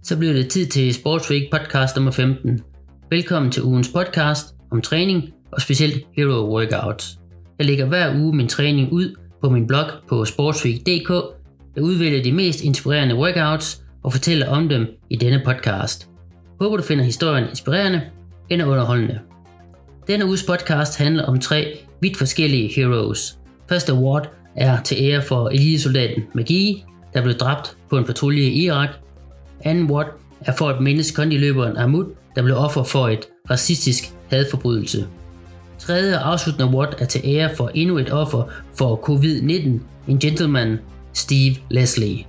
Så blev det tid til Sportsweek podcast nummer 15. Velkommen til ugens podcast om træning og specielt hero workouts. Jeg lægger hver uge min træning ud på min blog på sportsweek.dk. Jeg udvælger de mest inspirerende workouts og fortæller om dem i denne podcast. Håber du finder historien inspirerende eller underholdende. Denne uges podcast handler om 3 vidt forskellige heroes. Første award er til ære for elitesoldaten McGee, der blev dræbt på en patrulje i Irak. Anden award er for at mindes kondiløberen Ahmud, der blev offer for et racistisk hadforbrydelse. Tredje og afsluttende award er til ære for endnu et offer for covid-19, en gentleman, Steve Leslie.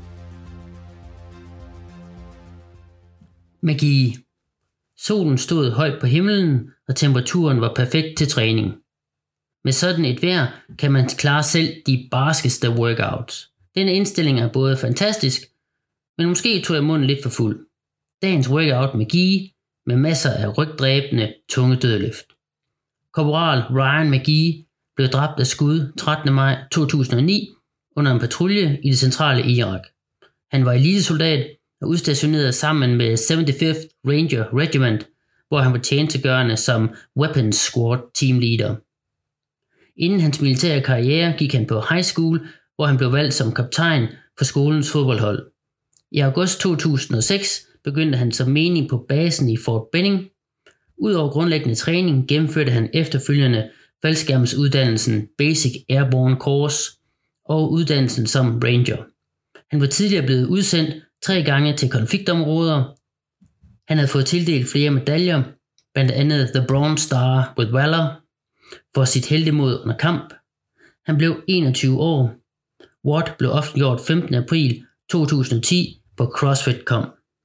McGee. Solen stod højt på himlen, og temperaturen var perfekt til træning. Med sådan et vejr kan man klare selv de barskeste workouts. Denne indstilling er både fantastisk, men måske tog jeg munden lidt for fuld. Dagens workout med McGee med masser af rygdræbende tunge dødløft. Korporal Ryan McGee blev dræbt af skud 13. maj 2009 under en patrulje i det centrale Irak. Han var elitesoldat og udstationeret sammen med 75th Ranger Regiment, hvor han var tjenestegørende som Weapons Squad Team Leader. Inden hans militære karriere gik han på high school, hvor han blev valgt som kaptajn for skolens fodboldhold. I august 2006 begyndte han som menig på basen i Fort Benning. Udover grundlæggende træning gennemførte han efterfølgende faldskærmsuddannelsen Basic Airborne Course og uddannelsen som Ranger. Han var tidligere blevet udsendt 3 gange til konfliktområder. Han havde fået tildelt flere medaljer, blandt andet The Bronze Star with Valor, for sit heltemod under kamp. Han blev 21 år. Watt blev offentliggjort 15. april 2010 på CrossFit.com.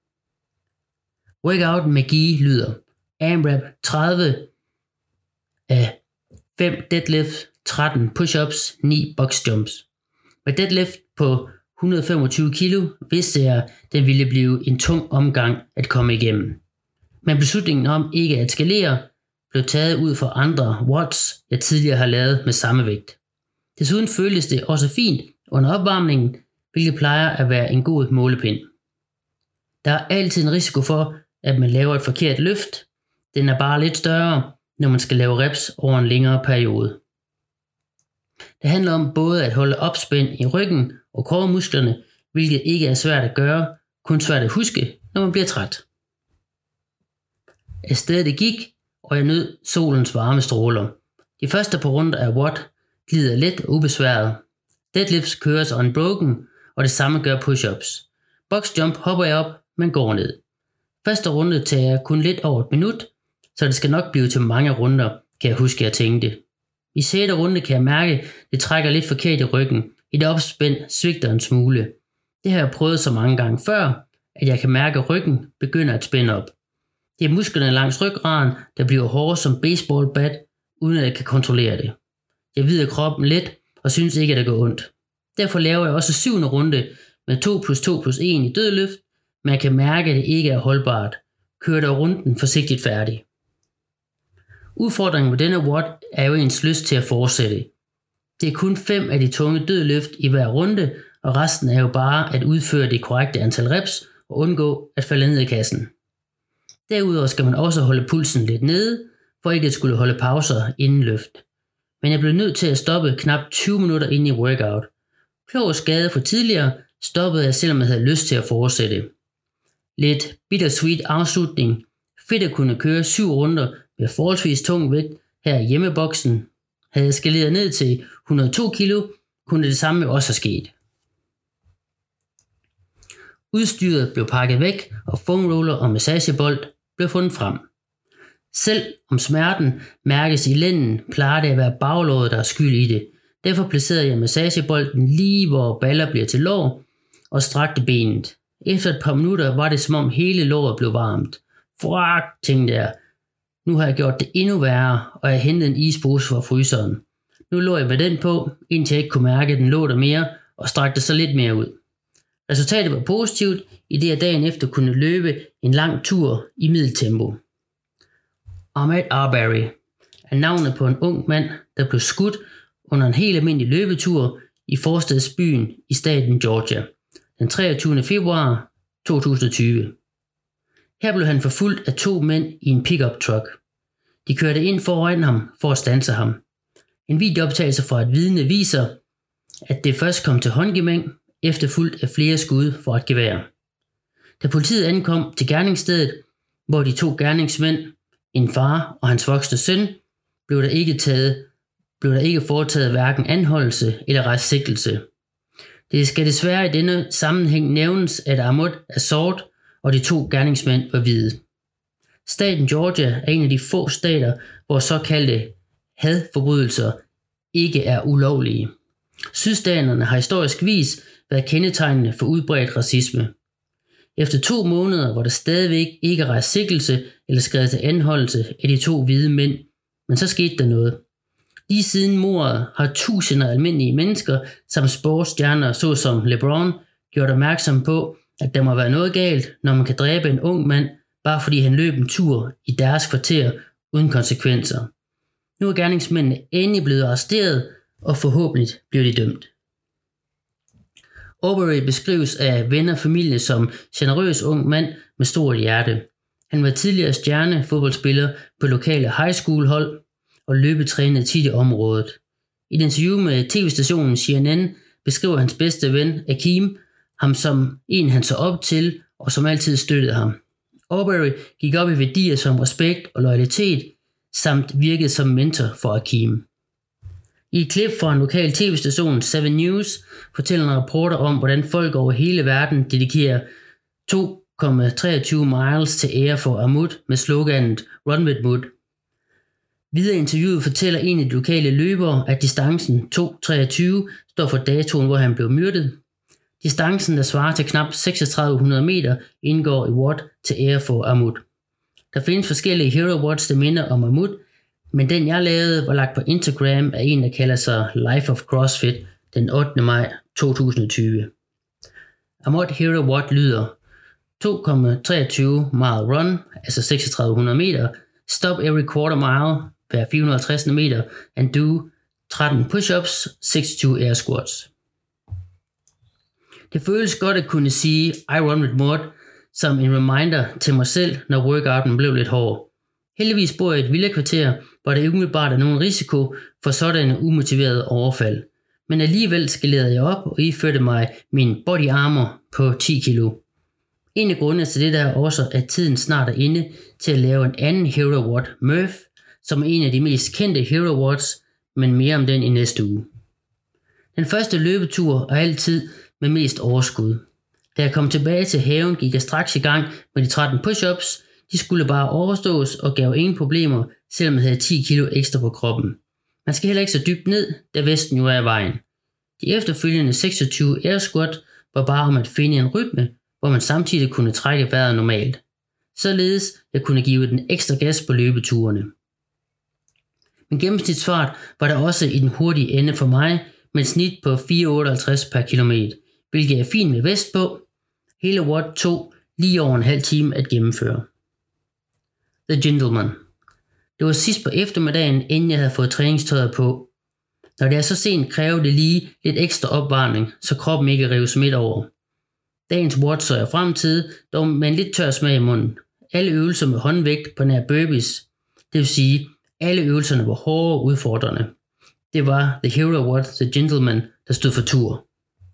Workout McGee lyder AMRAP 30 af 5 deadlift, 13 push-ups, 9 box jumps. Med deadlift på 125 kilo vidste jeg, at den ville blive en tung omgang at komme igennem. Men beslutningen om ikke at skalere blev taget ud fra andre watts, jeg tidligere har lavet med samme vægt. Desuden føltes det også fint under opvarmningen, hvilket plejer at være en god målepind. Der er altid en risiko for, at man laver et forkert løft. Den er bare lidt større, når man skal lave reps over en længere periode. Det handler om både at holde opspænd i ryggen og koremusklerne, hvilket ikke er svært at gøre, kun svært at huske, når man bliver træt. Afsted det gik, og jeg nød solens varme stråler. De første par runder af Watt glider let og ubesværet. Deadlifts køres unbroken, og det samme gør push-ups. Box jump hopper jeg op, men går ned. Første runde tager jeg kun lidt over et minut, så det skal nok blive til mange runder, kan jeg huske, jeg tænkte. I 6. runde kan jeg mærke, at det trækker lidt forkert i ryggen. Et opspænd svigter en smule. Det har jeg prøvet så mange gange før, at jeg kan mærke, at ryggen begynder at spænde op. Det er musklerne langs ryggraden, der bliver hårde som baseballbat, uden at jeg kan kontrollere det. Jeg vider kroppen let og synes ikke, at det går ondt. Derfor laver jeg også 7. runde med 2+2+1 i dødløft, men jeg kan mærke, at det ikke er holdbart. Kører dog runden forsigtigt færdig. Udfordringen med denne watt er jo ens lyst til at fortsætte. Det er kun 5 af de tunge dødløft i hver runde, og resten er jo bare at udføre det korrekte antal reps og undgå at falde ned i kassen. Derudover skal man også holde pulsen lidt nede, for ikke at skulle holde pauser inden løft. Men jeg blev nødt til at stoppe knap 20 minutter inde i workout. Klog og skade for tidligere stoppede jeg, selvom jeg havde lyst til at fortsætte. Lidt bittersweet afslutning. Fedt at kunne køre 7 runder med forholdsvis tung vægt her i hjemmeboksen. Havde jeg skaleret ned til 102 kilo, kunne det samme også have sket. Udstyret blev pakket væk, og foam roller og massagebold blev fundet frem. Selv om smerten mærkes i lænden, plejer det at være baglåret, der er skyld i det. Derfor placerede jeg massagebolden lige hvor baller bliver til lår og strakte benet. Efter et par minutter var det som om hele låret blev varmt. Fuck, tænkte jeg. Nu har jeg gjort det endnu værre, og jeg hentede en ispose fra fryseren. Nu lå jeg med den på, indtil jeg ikke kunne mærke, at den lå der mere, og strakte så lidt mere ud. Resultatet var positivt, i det jeg dagen efter kunne løbe en lang tur i middeltempo. Ahmaud Arbery er navnet på en ung mand, der blev skudt under en helt almindelig løbetur i forstadsbyen i staten Georgia den 23. februar 2020. Her blev han forfulgt af 2 mænd i en pickup truck. De kørte ind foran ham for at standse ham. En videooptagelse fra et vidne viser, at det først kom til håndgemæng, efterfulgt af flere skud fra et gevær. Da politiet ankom til gerningsstedet, hvor de 2 gerningsmænd, en far og hans voksne søn, blev der ikke foretaget hverken anholdelse eller rejst sigtelse. Det skal desværre i denne sammenhæng nævnes, at Ahmaud er sort, og de 2 gerningsmænd var hvide. Staten Georgia er en af de få stater, hvor såkaldte hadforbrydelser ikke er ulovlige. Sydstaterne har historisk vis været kendetegnende for udbredt racisme. Efter 2 måneder, hvor der stadigvæk ikke er rejst sigtelse eller skrevet til anholdelse af de 2 hvide mænd, men så skete der noget. Lige siden mordet har tusinder af almindelige mennesker, samt sportsstjerner såsom LeBron, gjort opmærksom på, at der må være noget galt, når man kan dræbe en ung mand, bare fordi han løb en tur i deres kvarter uden konsekvenser. Nu er gerningsmændene endelig blevet arresteret, og forhåbentlig bliver de dømt. Arbery beskrives af venner og familie som generøs ung mand med stort hjerte. Han var tidligere stjernefodboldspiller på lokale high school hold og løbetrænede tit i området. I et interview med tv-stationen CNN beskriver hans bedste ven Akeem ham som en han så op til og som altid støttede ham. Arbery gik op i værdier som respekt og loyalitet samt virkede som mentor for Akeem. I et klip fra en lokal tv-station 7 News fortæller en reporter om, hvordan folk over hele verden dedikerer 2,23 miles til ære for Ahmaud med sloganet Run with Mood. Videre i interviewet fortæller en af de lokale løbere, at distancen 2,23 står for datoen, hvor han blev myrdet. Distancen, der svarer til knap 3600 meter, indgår i watt til ære for Ahmaud. Der findes forskellige hero watts, der minder om Ahmaud, men den jeg lavede var lagt på Instagram af en, der kalder sig Life of CrossFit den 8. maj 2020. Ahmaud Hero Watt lyder 2,23 mile run, altså 3600 meter, stop every quarter mile per 450 meter, and do 13 push-ups, 26 air squats. Det føles godt at kunne sige I run with Maud som en reminder til mig selv, når workouten blev lidt hård. Heldigvis bor jeg i et villakvarter, hvor der umiddelbart er nogen risiko for sådanne umotiverede overfald. Men alligevel skalerede jeg op og iførte mig min body armor på 10 kilo. En af grundene til det er også, at tiden snart er inde til at lave en anden Hero Watt, Murph, som er en af de mest kendte Hero Watts, men mere om den i næste uge. Den første løbetur er altid med mest overskud. Da jeg kom tilbage til haven, gik jeg straks i gang med de 13 push-ups. De skulle bare overstås og gav ingen problemer, selvom jeg havde 10 kilo ekstra på kroppen. Man skal heller ikke så dybt ned, da vesten jo er i vejen. De efterfølgende 26 air squat var bare om at finde en rytme, hvor man samtidig kunne trække vejret normalt. Således jeg kunne give den ekstra gas på løbeturene. Min gennemsnitsfart var der også i den hurtige ende for mig, med et snit på 4,58 per kilometer, hvilket er fint med vest på. Hele watt tog lige over en halv time at gennemføre. The Gentleman. Det var sidst på eftermiddagen, inden jeg havde fået træningstøjet på. Når det er så sent, kræver det lige lidt ekstra opvarmning, så kroppen ikke rives midt over. Dagens watt så jeg frem til, dog med en lidt tør smag i munden. Alle øvelser med håndvægt på nær burpees, det vil sige, alle øvelserne var hårde og udfordrende. Det var The Hero Watt, The Gentleman, der stod for tur.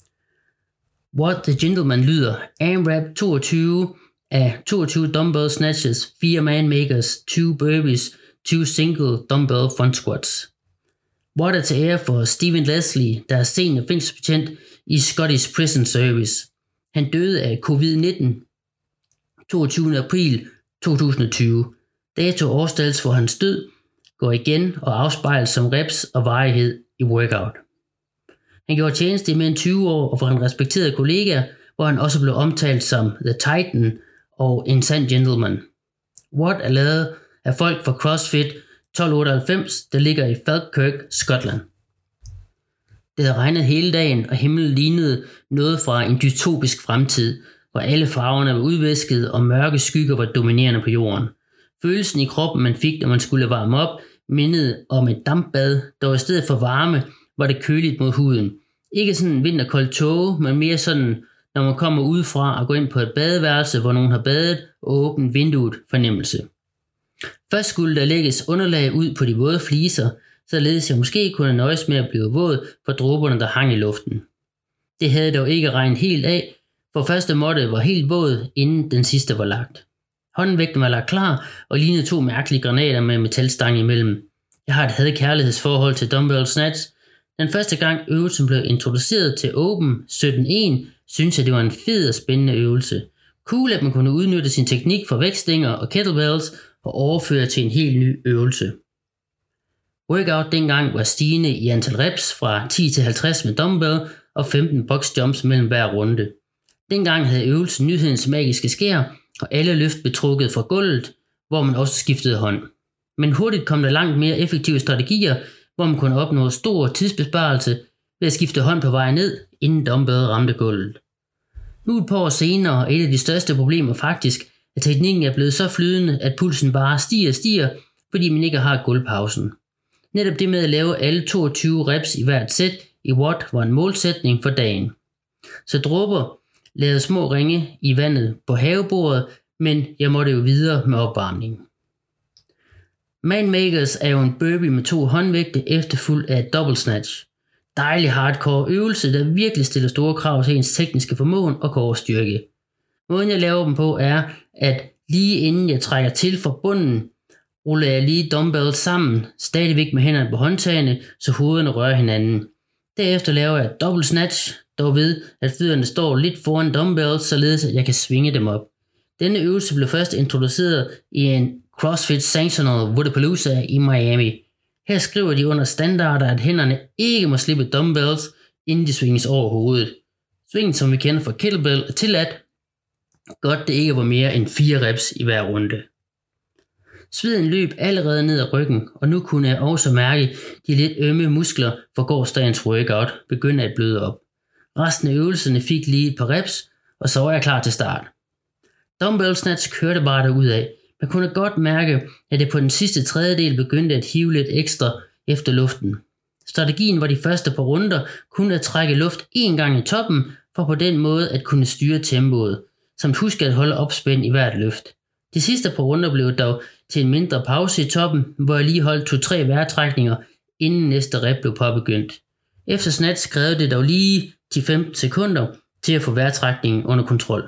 What The Gentleman lyder AMRAP 22 af 22 dumbbell snatches, 4 man makers, 2 burpees, 2 single dumbbell front squats. What er til ære for Stephen Leslie, der er senior fængselsbetjent i Scottish Prison Service. Han døde af covid-19 22. april 2020. Dato og årstal for hans død går igen og afspejles som reps og varighed i workout. Han gjorde tjeneste i mere end 20 år og for en respekteret kollega, hvor han også blev omtalt som The Titan og en sand gentleman. Watt er lavet af folk fra CrossFit 1298, der ligger i Falkirk, Skotland. Det havde regnet hele dagen, og himlen lignede noget fra en dystopisk fremtid, hvor alle farverne var udvæsket og mørke skygger var dominerende på jorden. Følelsen i kroppen, man fik, når man skulle varme op, mindede om et dampbad, der i stedet for varme var det køligt mod huden. Ikke sådan en vinterkold tåge, men mere sådan når man kommer udefra og går ind på et badeværelse, hvor nogen har badet og åbent vinduet fornemmelse. Først skulle der lægges underlag ud på de våde fliser, således jeg måske kunne nøjes med at blive våd for dråberne, der hang i luften. Det havde dog ikke regnet helt af, for første måtte var helt våd, inden den sidste var lagt. Håndvægten var lagt klar og lignede 2 mærkelige granater med metalstang imellem. Jeg har et had-kærlighedsforhold til dumbbell snatch. Den første gang øvelsen blev introduceret til Open 17.1, synes jeg det var en fed og spændende øvelse. Cool at man kunne udnytte sin teknik for vægtstænger og kettlebells og overføre til en helt ny øvelse. Workout dengang var stigende i antal reps fra 10 til 50 med dumbbell og 15 box jumps mellem hver runde. Dengang havde øvelsen nyhedens magiske skær, og alle løft blev trukket fra gulvet, hvor man også skiftede hånd. Men hurtigt kom der langt mere effektive strategier, hvor man kunne opnå stor tidsbesparelse ved at skifte hånd på vej ned, inden dumbbell ramte gulvet. Nu et par år senere er et af de største problemer faktisk, at teknikken er blevet så flydende, at pulsen bare stiger, fordi man ikke har gulvpausen. Netop det med at lave alle 22 reps i hvert sæt i watt var en målsætning for dagen. Så dråber lavede små ringe i vandet på havebordet, men jeg måtte jo videre med opvarmningen. Man-makers er jo en burpee med 2 håndvægte efterfulgt af et double snatch. Dejlig hardcore øvelse, der virkelig stiller store krav til ens tekniske formåen og core-styrke. Måden jeg laver dem på er, at lige inden jeg trækker til fra bunden, ruller jeg lige dumbbells sammen, stadigvæk med hænderne på håndtagene, så hovederne rører hinanden. Derefter laver jeg et double snatch, dog ved, at fødderne står lidt foran dumbbells, således at jeg kan svinge dem op. Denne øvelse blev først introduceret i en CrossFit Sanctional Wodapalooza i Miami. Her skriver de under standarder, at hænderne ikke må slippe dumbbells, inden de svinges over hovedet. Svingen, som vi kender fra kettlebell, er tilladt. Godt det ikke var mere end 4 reps i hver runde. Sveden løb allerede ned ad ryggen, og nu kunne jeg også mærke de lidt ømme muskler for gårsdagens workout begynde at bløde op. Resten af øvelserne fik lige et par reps, og så var jeg klar til start. Dumbbell snatch kørte bare derudad. Man kunne godt mærke, at det på den sidste tredjedel begyndte at hive lidt ekstra efter luften. Strategien var de første par runder kun at trække luft 1 gang i toppen, for på den måde at kunne styre tempoet, samt huske at holde opspænd i hvert løft. De sidste par runder blev dog til en mindre pause i toppen, hvor jeg lige holdt 2-3 vejrtrækninger, inden næste rep blev påbegyndt. Efter snatch krævede det dog lige 10-15 sekunder til at få vejrtrækningen under kontrol.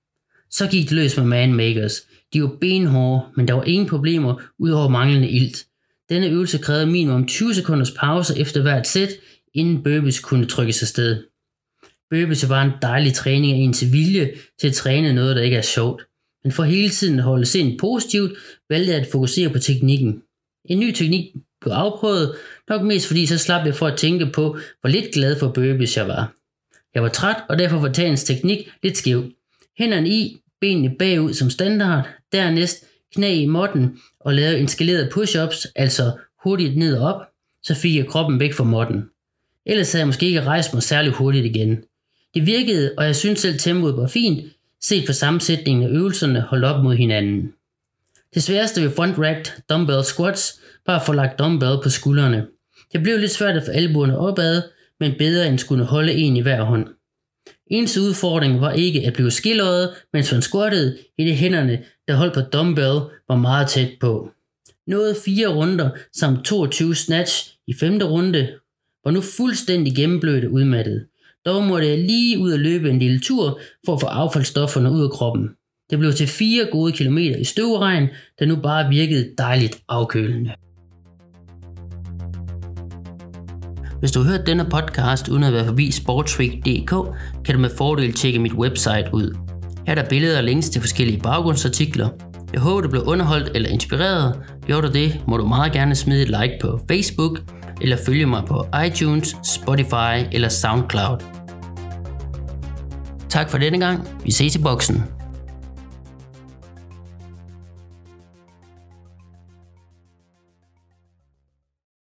Så gik det løs med man-makers. De var benhårde, men der var ingen problemer udover manglende ilt. Denne øvelse krævede minimum 20 sekunders pause efter hvert sæt, inden burpees kunne trykkes afsted. Burpees er bare en dejlig træning af ens vilje til at træne noget, der ikke er sjovt. Men for hele tiden at holde sindet positivt, valgte jeg at fokusere på teknikken. En ny teknik blev afprøvet, nok mest fordi så slap jeg for at tænke på, hvor lidt glad for burpees jeg var. Jeg var træt, og derfor var dagens teknik lidt skæv. Hænderne i, benene bagud som standard, dernæst knæ i måtten og lavede inskaleret push-ups, altså hurtigt ned og op, så fik jeg kroppen væk fra måtten. Ellers havde jeg måske ikke rejst mig særlig hurtigt igen. Det virkede, og jeg synes selv tempoet var fint, set på sammensætningen af øvelserne holdt op mod hinanden. Det sværeste ved front-racked dumbbell squats var at få lagt dumbbell på skuldrene. Det blev lidt svært at få albuerne opad, men bedre end skulle holde en i hver hånd. Eneste udfordring var ikke at blive skilløjet, mens man squattede, i det hænderne, der holdt på dumbbell, var meget tæt på. Nåede 4 runder samt 22 snatch i 5. runde, var nu fuldstændig gennemblødt og udmattet. Dog måtte jeg lige ud og løbe en lille tur for at få affaldsstofferne ud af kroppen. Det blev til 4 gode kilometer i støvregn, der nu bare virkede dejligt afkølende. Hvis du har hørt denne podcast uden at være forbi sportsfreak.dk, kan du med fordel tjekke mit website ud. Her er der billeder og links til forskellige baggrundsartikler. Jeg håber, du blev underholdt eller inspireret. Gjorde du det, må du meget gerne smide et like på Facebook, eller følge mig på iTunes, Spotify eller SoundCloud. Tak for denne gang. Vi ses i boksen.